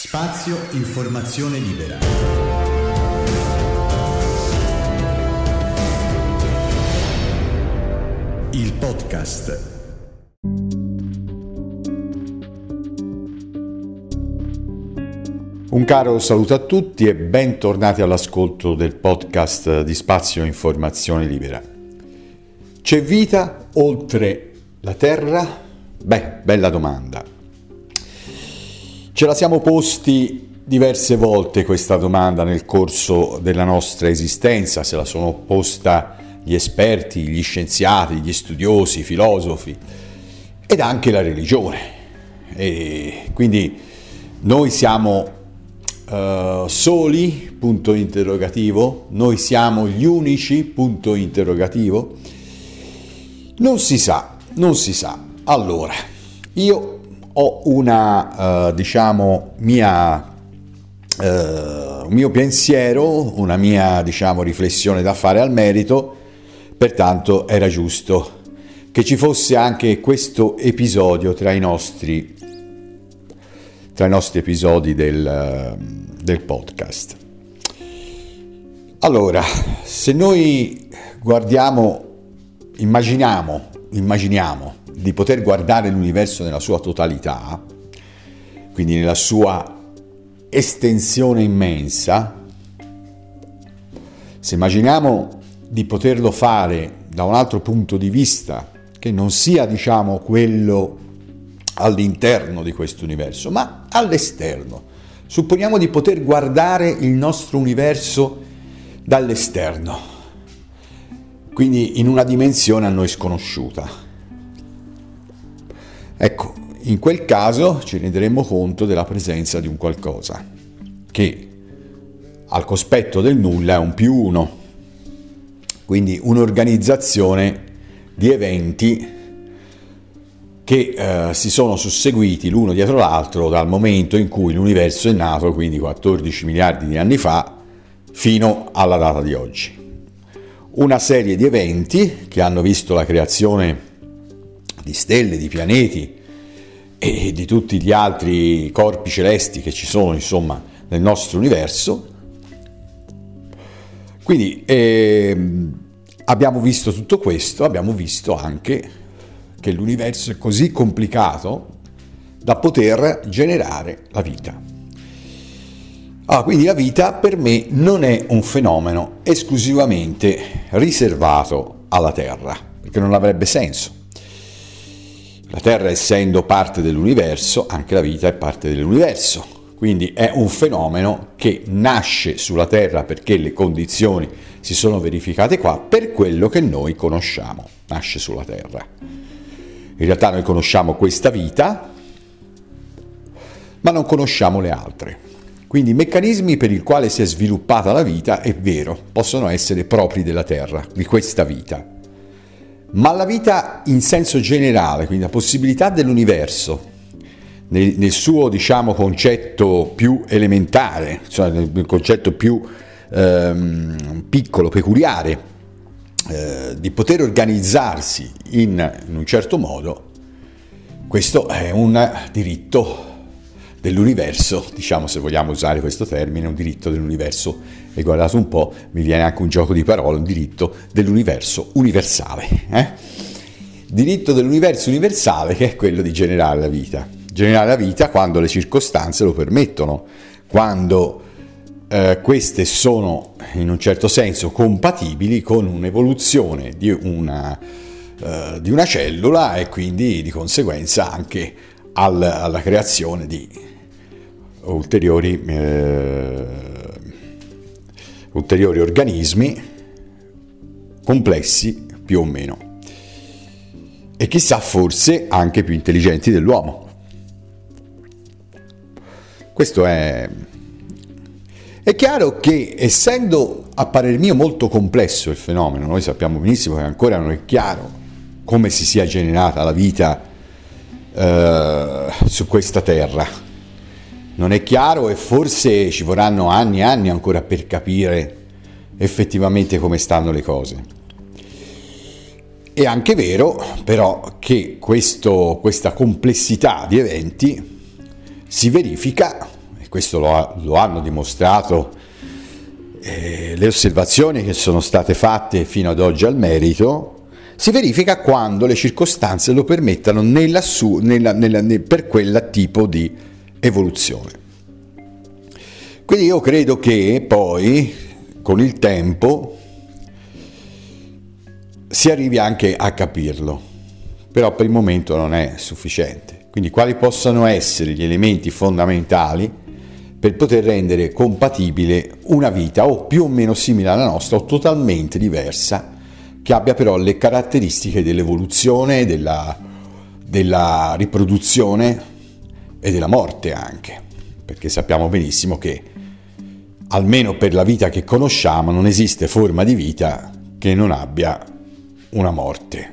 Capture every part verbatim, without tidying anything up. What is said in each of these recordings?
Spazio Informazione Libera. Il podcast. Un caro saluto a tutti e bentornati all'ascolto del podcast di Spazio Informazione Libera. C'è vita oltre la Terra? Beh, bella domanda. Ce la siamo posti diverse volte questa domanda nel corso della nostra esistenza, se la sono posta gli esperti, gli scienziati, gli studiosi, i filosofi ed anche la religione. E quindi noi siamo uh, soli, punto interrogativo, noi siamo gli unici, punto interrogativo. Non si sa, non si sa. Allora, io ho una, uh, diciamo, mia, uh, un mio pensiero, una mia, diciamo, riflessione da fare al merito, pertanto era giusto che ci fosse anche questo episodio tra i nostri, tra i nostri episodi del, del podcast. Allora, se noi guardiamo, immaginiamo, immaginiamo di poter guardare l'universo nella sua totalità, quindi nella sua estensione immensa, se immaginiamo di poterlo fare da un altro punto di vista che non sia, diciamo, quello all'interno di questo universo, ma all'esterno, supponiamo di poter guardare il nostro universo dall'esterno, quindi in una dimensione a noi sconosciuta. Ecco, in quel caso ci renderemo conto della presenza di un qualcosa che al cospetto del nulla è un più uno, quindi un'organizzazione di eventi che eh, si sono susseguiti l'uno dietro l'altro dal momento in cui l'universo è nato, quindi quattordici miliardi di anni fa, fino alla data di oggi. Una serie di eventi che hanno visto la creazione di stelle, di pianeti e di tutti gli altri corpi celesti che ci sono, insomma, nel nostro universo. Quindi eh, abbiamo visto tutto questo, abbiamo visto anche che l'universo è così complicato da poter generare la vita. Ah, quindi la vita per me non è un fenomeno esclusivamente riservato alla Terra, perché non avrebbe senso. La Terra, essendo parte dell'universo, anche la vita è parte dell'universo, quindi è un fenomeno che nasce sulla Terra perché le condizioni si sono verificate qua, per quello che noi conosciamo, nasce sulla Terra. In realtà noi conosciamo questa vita, ma non conosciamo le altre. Quindi i meccanismi per i quali si è sviluppata la vita, è vero, possono essere propri della Terra, di questa vita. Ma la vita in senso generale, quindi la possibilità dell'universo, nel, nel suo, diciamo, concetto più elementare, cioè nel concetto più ehm, piccolo, peculiare, eh, di poter organizzarsi in, in un certo modo, questo è un diritto dell'universo, diciamo, se vogliamo usare questo termine, un diritto dell'universo. E guardate un po', mi viene anche un gioco di parole, un diritto dell'universo universale. Eh? Diritto dell'universo universale, che è quello di generare la vita. Generare la vita quando le circostanze lo permettono, quando eh, queste sono in un certo senso compatibili con un'evoluzione di una, eh, di una cellula e quindi di conseguenza anche al, alla creazione di ulteriori eh, ulteriori organismi complessi più o meno e chissà forse anche più intelligenti dell'uomo. Questo è è chiaro che, essendo a parer mio molto complesso il fenomeno, noi sappiamo benissimo che ancora non è chiaro come si sia generata la vita eh, su questa terra. Non è chiaro e forse ci vorranno anni e anni ancora per capire effettivamente come stanno le cose. È anche vero però che questo, questa complessità di eventi si verifica, questo lo, ha, lo hanno dimostrato eh, le osservazioni che sono state fatte fino ad oggi al merito, si verifica quando le circostanze lo permettano nella su, nella, nella, nel, per quel tipo di evoluzione. Quindi io credo che poi con il tempo si arrivi anche a capirlo, però per il momento non è sufficiente. Quindi quali possano essere gli elementi fondamentali per poter rendere compatibile una vita o più o meno simile alla nostra o totalmente diversa, che abbia però le caratteristiche dell'evoluzione, della, della riproduzione e della morte anche, perché sappiamo benissimo che almeno per la vita che conosciamo non esiste forma di vita che non abbia una morte.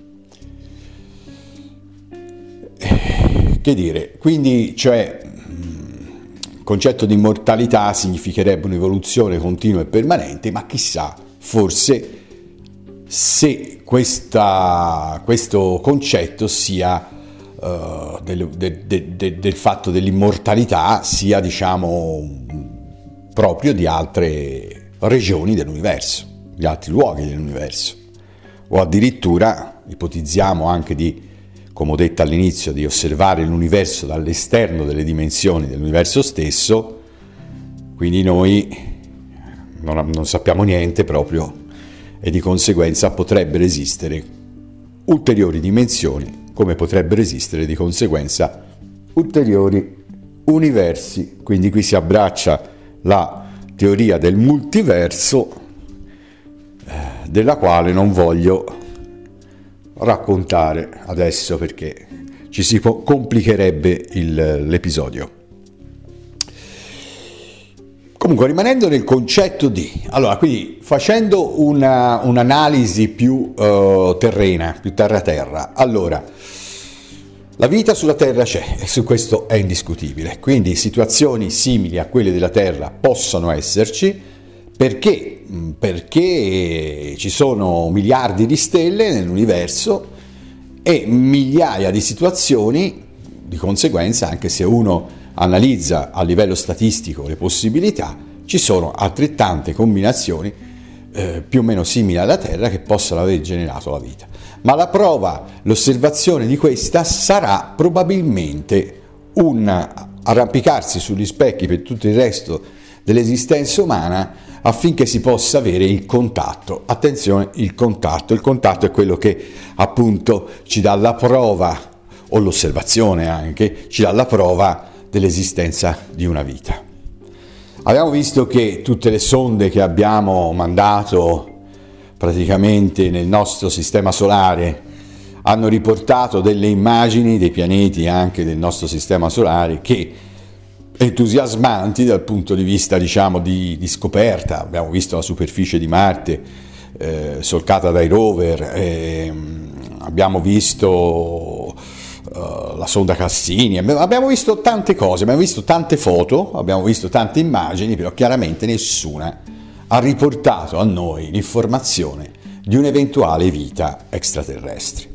Che dire, quindi, cioè, il concetto di immortalità significherebbe un'evoluzione continua e permanente, ma chissà, forse se questa, questo concetto sia uh, del, de, de, de, del fatto dell'immortalità sia, diciamo, proprio di altre regioni dell'universo, di altri luoghi dell'universo, o addirittura ipotizziamo anche di, come ho detto all'inizio, di osservare l'universo dall'esterno delle dimensioni dell'universo stesso, quindi noi non, non sappiamo niente proprio e di conseguenza potrebbero esistere ulteriori dimensioni, come potrebbero esistere di conseguenza ulteriori universi. Quindi qui si abbraccia la teoria del multiverso, eh, della quale non voglio raccontare adesso perché ci si complicherebbe il, l'episodio. Comunque, rimanendo nel concetto di, allora, quindi facendo una, un'analisi più uh, terrena, più terra-terra, allora, la vita sulla Terra c'è, e su questo è indiscutibile, quindi situazioni simili a quelle della Terra possono esserci, perché? Perché ci sono miliardi di stelle nell'universo e migliaia di situazioni, di conseguenza, anche se uno analizza a livello statistico le possibilità, ci sono altrettante combinazioni eh, più o meno simili alla Terra che possano aver generato la vita. Ma la prova, l'osservazione di questa sarà probabilmente un arrampicarsi sugli specchi per tutto il resto dell'esistenza umana affinché si possa avere il contatto. Attenzione, il contatto. Il contatto è quello che appunto ci dà la prova, o l'osservazione anche, ci dà la prova dell'esistenza di una vita. Abbiamo visto che tutte le sonde che abbiamo mandato praticamente nel nostro sistema solare hanno riportato delle immagini dei pianeti anche del nostro sistema solare che entusiasmanti dal punto di vista, diciamo, di, di scoperta. Abbiamo visto la superficie di Marte eh, solcata dai rover, eh, abbiamo visto uh, la sonda Cassini, abbiamo visto tante cose, abbiamo visto tante foto, abbiamo visto tante immagini, però chiaramente nessuna ha riportato a noi l'informazione di un'eventuale vita extraterrestre.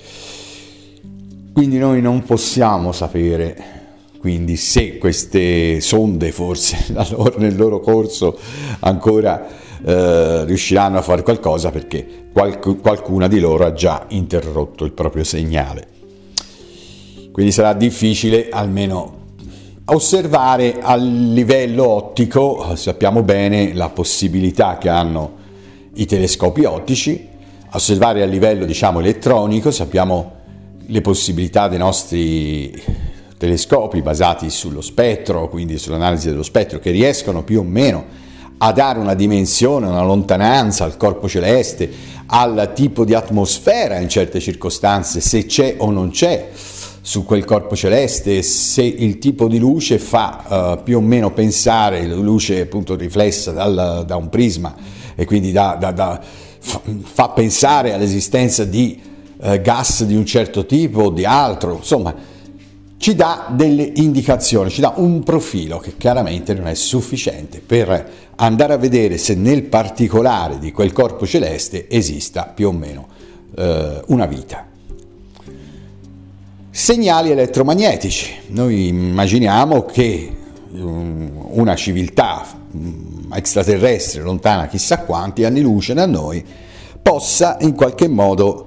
Quindi noi non possiamo sapere quindi se queste sonde forse nel loro corso ancora eh, riusciranno a fare qualcosa, perché qualc- qualcuna di loro ha già interrotto il proprio segnale. Quindi sarà difficile almeno osservare a livello ottico. Sappiamo bene la possibilità che hanno i telescopi ottici, osservare a livello, diciamo, elettronico, sappiamo le possibilità dei nostri telescopi basati sullo spettro, quindi sull'analisi dello spettro, che riescono più o meno a dare una dimensione, una lontananza al corpo celeste, al tipo di atmosfera in certe circostanze, se c'è o non c'è su quel corpo celeste, se il tipo di luce fa uh, più o meno pensare, la luce appunto riflessa dal, da un prisma e quindi da, da, da, fa, fa pensare all'esistenza di uh, gas di un certo tipo o di altro, insomma ci dà delle indicazioni, ci dà un profilo che chiaramente non è sufficiente per andare a vedere se nel particolare di quel corpo celeste esista più o meno uh, una vita. Segnali elettromagnetici. Noi immaginiamo che una civiltà extraterrestre lontana chissà quanti anni luce da noi possa in qualche modo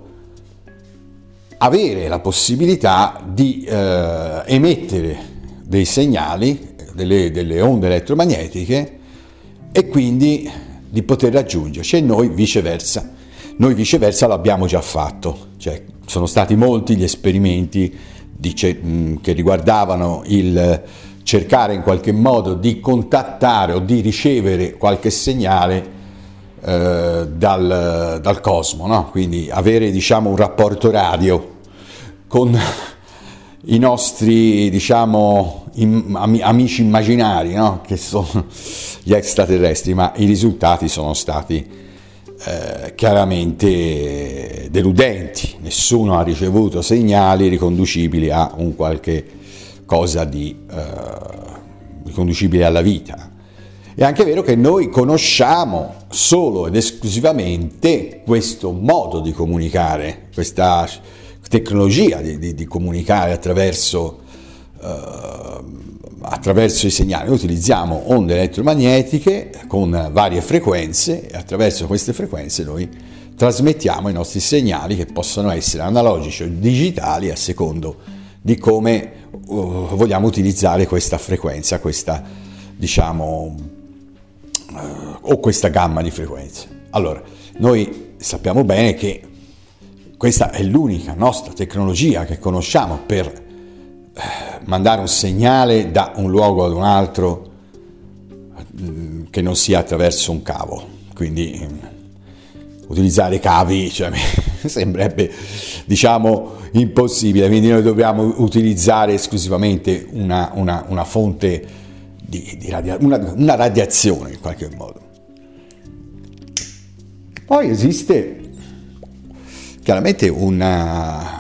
avere la possibilità di eh, emettere dei segnali, delle, delle onde elettromagnetiche, e quindi di poter raggiungerci, e noi viceversa. Noi viceversa l'abbiamo già fatto, cioè sono stati molti gli esperimenti di, che riguardavano il cercare in qualche modo di contattare o di ricevere qualche segnale eh, dal, dal cosmo, no? Quindi avere, diciamo, un rapporto radio con i nostri, diciamo, im, amici immaginari, no? Che sono gli extraterrestri, ma i risultati sono stati eh, chiaramente deludenti. Nessuno ha ricevuto segnali riconducibili a un qualche cosa di eh, riconducibile alla vita. È anche vero che noi conosciamo solo ed esclusivamente questo modo di comunicare, questa tecnologia di, di, di comunicare attraverso, eh, attraverso i segnali. Noi utilizziamo onde elettromagnetiche con varie frequenze, e attraverso queste frequenze noi trasmettiamo i nostri segnali, che possono essere analogici o digitali a secondo di come uh, vogliamo utilizzare questa frequenza, questa, diciamo, uh, o questa gamma di frequenze. Allora, noi sappiamo bene che questa è l'unica nostra tecnologia che conosciamo per uh, mandare un segnale da un luogo ad un altro uh, che non sia attraverso un cavo. Quindi um, utilizzare cavi, cioè, sembrerebbe, diciamo, impossibile. Quindi noi dobbiamo utilizzare esclusivamente una, una, una fonte di, di radia- una, una radiazione in qualche modo. Poi esiste chiaramente una,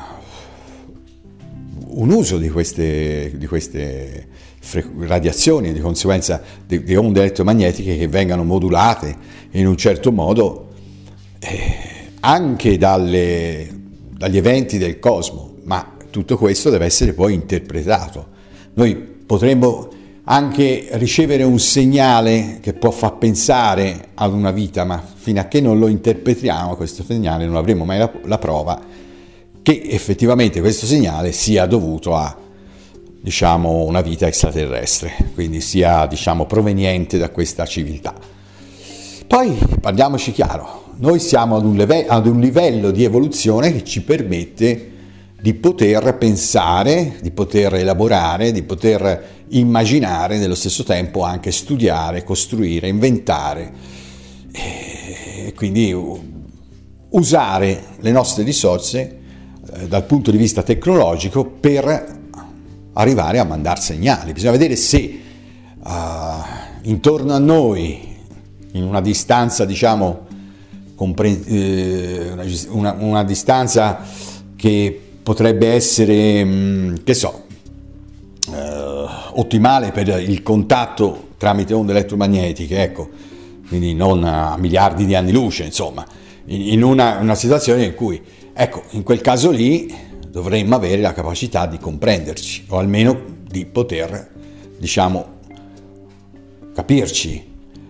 un uso di queste, di queste fre- radiazioni, di conseguenza di, di onde elettromagnetiche che vengano modulate in un certo modo eh, anche dalle, dagli eventi del cosmo, ma tutto questo deve essere poi interpretato. Noi potremmo anche ricevere un segnale che può far pensare ad una vita, ma fino a che non lo interpretiamo questo segnale non avremo mai la, la prova che effettivamente questo segnale sia dovuto a, diciamo, una vita extraterrestre, quindi sia, diciamo, proveniente da questa civiltà. Poi parliamoci chiaro, noi siamo ad un, leve- ad un livello di evoluzione che ci permette di poter pensare, di poter elaborare, di poter immaginare, nello stesso tempo anche studiare, costruire, inventare, e quindi usare le nostre risorse eh, dal punto di vista tecnologico per arrivare a mandare segnali. Bisogna vedere se uh, intorno a noi, in una distanza, diciamo, compre- eh, una, una distanza che potrebbe essere, mh, che so, eh, ottimale per il contatto tramite onde elettromagnetiche, ecco, quindi non a miliardi di anni luce, insomma, in, in una, una situazione in cui, ecco, in quel caso lì dovremmo avere la capacità di comprenderci, o almeno di poter, diciamo, capirci.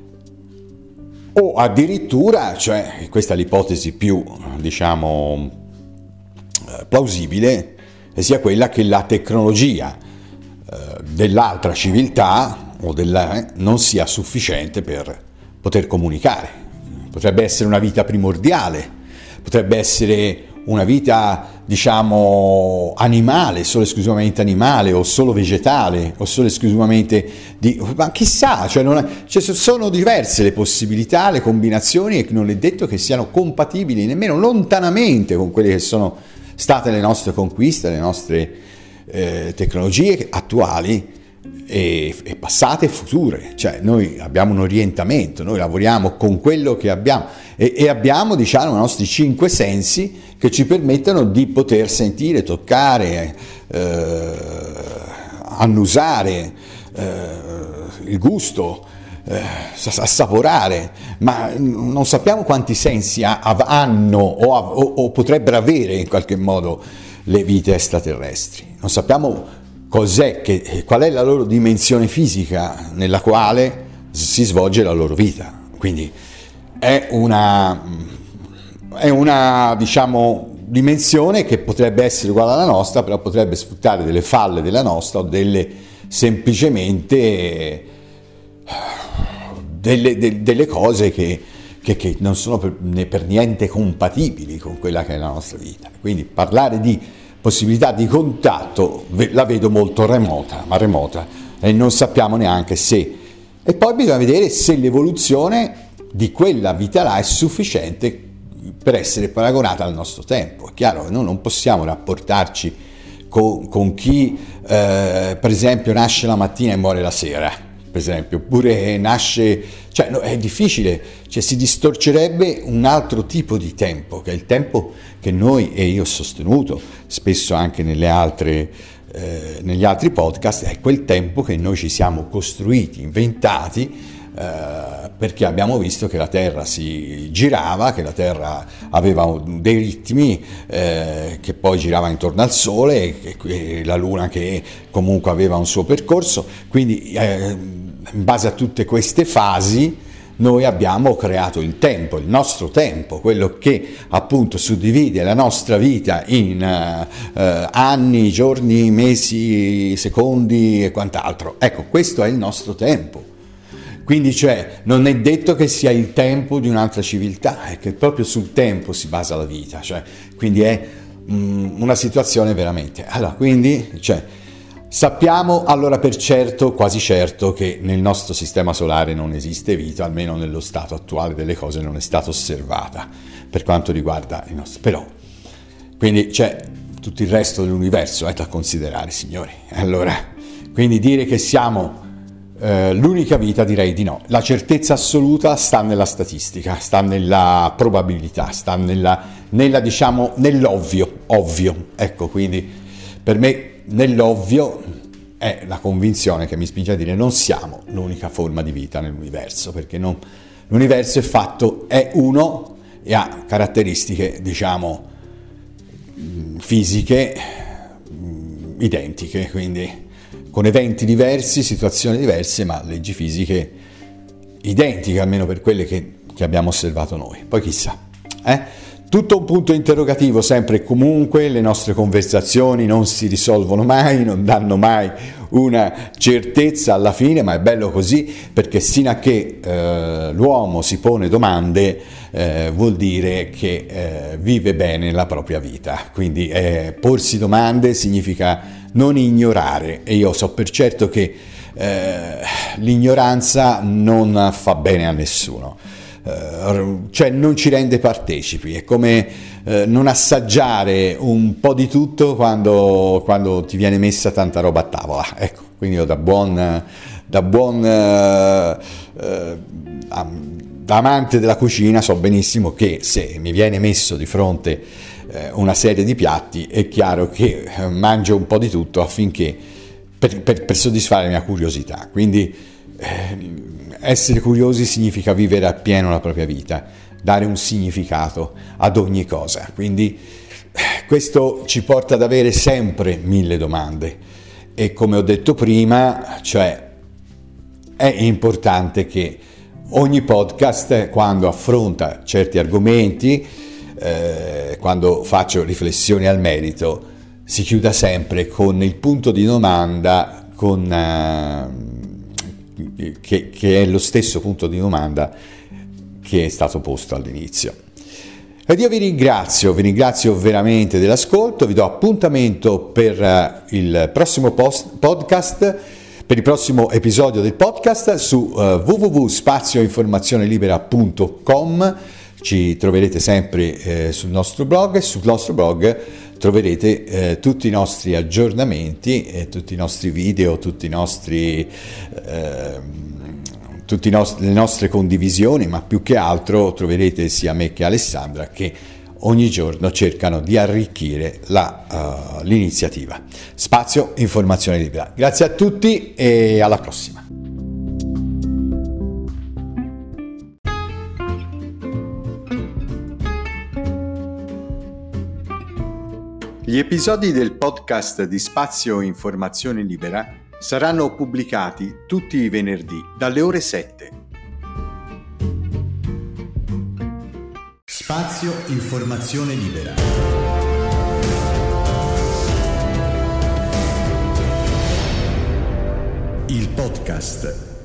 O addirittura, cioè, questa è l'ipotesi più, diciamo, plausibile, sia quella che la tecnologia eh, dell'altra civiltà o della, eh, non sia sufficiente per poter comunicare. Potrebbe essere una vita primordiale, potrebbe essere una vita, diciamo, animale, solo esclusivamente animale, o solo vegetale, o solo esclusivamente di... ma chissà, cioè, non è, cioè sono diverse le possibilità, le combinazioni, e non è detto che siano compatibili nemmeno lontanamente con quelle che sono state le nostre conquiste, le nostre eh, tecnologie attuali e, e passate e future. Cioè noi abbiamo un orientamento, noi lavoriamo con quello che abbiamo e, e abbiamo, diciamo, i nostri cinque sensi che ci permettono di poter sentire, toccare, eh, annusare, eh, il gusto, eh, assaporare, ma non sappiamo quanti sensi ha, hanno o, o, o potrebbero avere in qualche modo le vite extraterrestri. Non sappiamo cos'è che, qual è la loro dimensione fisica nella quale si svolge la loro vita. Quindi è una, è una diciamo, dimensione che potrebbe essere uguale alla nostra, però potrebbe sfruttare delle falle della nostra o delle semplicemente delle, de, delle cose che, che, che non sono per, né per niente compatibili con quella che è la nostra vita. Quindi parlare di possibilità di contatto la vedo molto remota, ma remota, e non sappiamo neanche se. E poi bisogna vedere se l'evoluzione di quella vita là è sufficiente per essere paragonata al nostro tempo. È chiaro che noi non possiamo rapportarci con, con chi eh, per esempio nasce la mattina e muore la sera, per esempio, oppure nasce, cioè no, è difficile, cioè si distorcerebbe un altro tipo di tempo, che è il tempo che noi, e io ho sostenuto spesso anche nelle altre, eh, negli altri podcast, è quel tempo che noi ci siamo costruiti, inventati, Uh, perché abbiamo visto che la Terra si girava, che la Terra aveva dei ritmi, eh, che poi girava intorno al Sole, e, e la Luna che comunque aveva un suo percorso. Quindi eh, in base a tutte queste fasi noi abbiamo creato il tempo, il nostro tempo, quello che appunto suddivide la nostra vita in uh, uh, anni, giorni, mesi, secondi e quant'altro. Ecco, questo è il nostro tempo. Quindi cioè, non è detto che sia il tempo di un'altra civiltà, è che proprio sul tempo si basa la vita, cioè, quindi è mm, una situazione veramente. Allora, quindi, cioè, sappiamo allora per certo, quasi certo, che nel nostro sistema solare non esiste vita, almeno nello stato attuale delle cose non è stata osservata per quanto riguarda il nostro. Però, quindi c'è tutto il resto dell'universo è da considerare, signori. Allora, quindi dire che siamo Uh, l'unica vita, direi di no. La certezza assoluta sta nella statistica, sta nella probabilità, sta nella, nella diciamo nell'ovvio, ovvio. Ecco, quindi per me nell'ovvio è la convinzione che mi spinge a dire non siamo l'unica forma di vita nell'universo, perché non, l'universo è fatto, è uno e ha caratteristiche diciamo fisiche identiche, quindi con eventi diversi, situazioni diverse, ma leggi fisiche identiche, almeno per quelle che, che abbiamo osservato noi. Poi chissà. Eh? Tutto un punto interrogativo, sempre e comunque, le nostre conversazioni non si risolvono mai, non danno mai una certezza alla fine, ma è bello così, perché sino a che eh, l'uomo si pone domande, eh, vuol dire che eh, vive bene la propria vita. Quindi eh, porsi domande significa non ignorare, e io so per certo che eh, l'ignoranza non fa bene a nessuno, eh, cioè non ci rende partecipi, è come eh, non assaggiare un po' di tutto quando, quando ti viene messa tanta roba a tavola. Ecco, quindi io da buon, da buon eh, eh, da amante della cucina so benissimo che se mi viene messo di fronte una serie di piatti è chiaro che mangio un po' di tutto affinché per, per, per soddisfare la mia curiosità. Quindi eh, essere curiosi significa vivere appieno la propria vita, dare un significato ad ogni cosa. Quindi eh, questo ci porta ad avere sempre mille domande, e come ho detto prima, cioè è importante che ogni podcast, quando affronta certi argomenti, Eh, quando faccio riflessioni al merito, si chiuda sempre con il punto di domanda con, uh, che, che è lo stesso punto di domanda che è stato posto all'inizio. Ed io vi ringrazio, vi ringrazio veramente dell'ascolto, vi do appuntamento per uh, il prossimo post- podcast, per il prossimo episodio del podcast su uh, w w w punto spazio informazione libera punto com. Ci troverete sempre eh, sul nostro blog, e sul nostro blog troverete eh, tutti i nostri aggiornamenti, eh, tutti i nostri video, tutti i nostri, eh, tutte le nostre condivisioni, ma più che altro troverete sia me che Alessandra che ogni giorno cercano di arricchire la, uh, l'iniziativa. Spazio Informazione Libera. Grazie a tutti e alla prossima. Gli episodi del podcast di Spazio Informazione Libera saranno pubblicati tutti i venerdì dalle ore sette. Spazio Informazione Libera. Il podcast.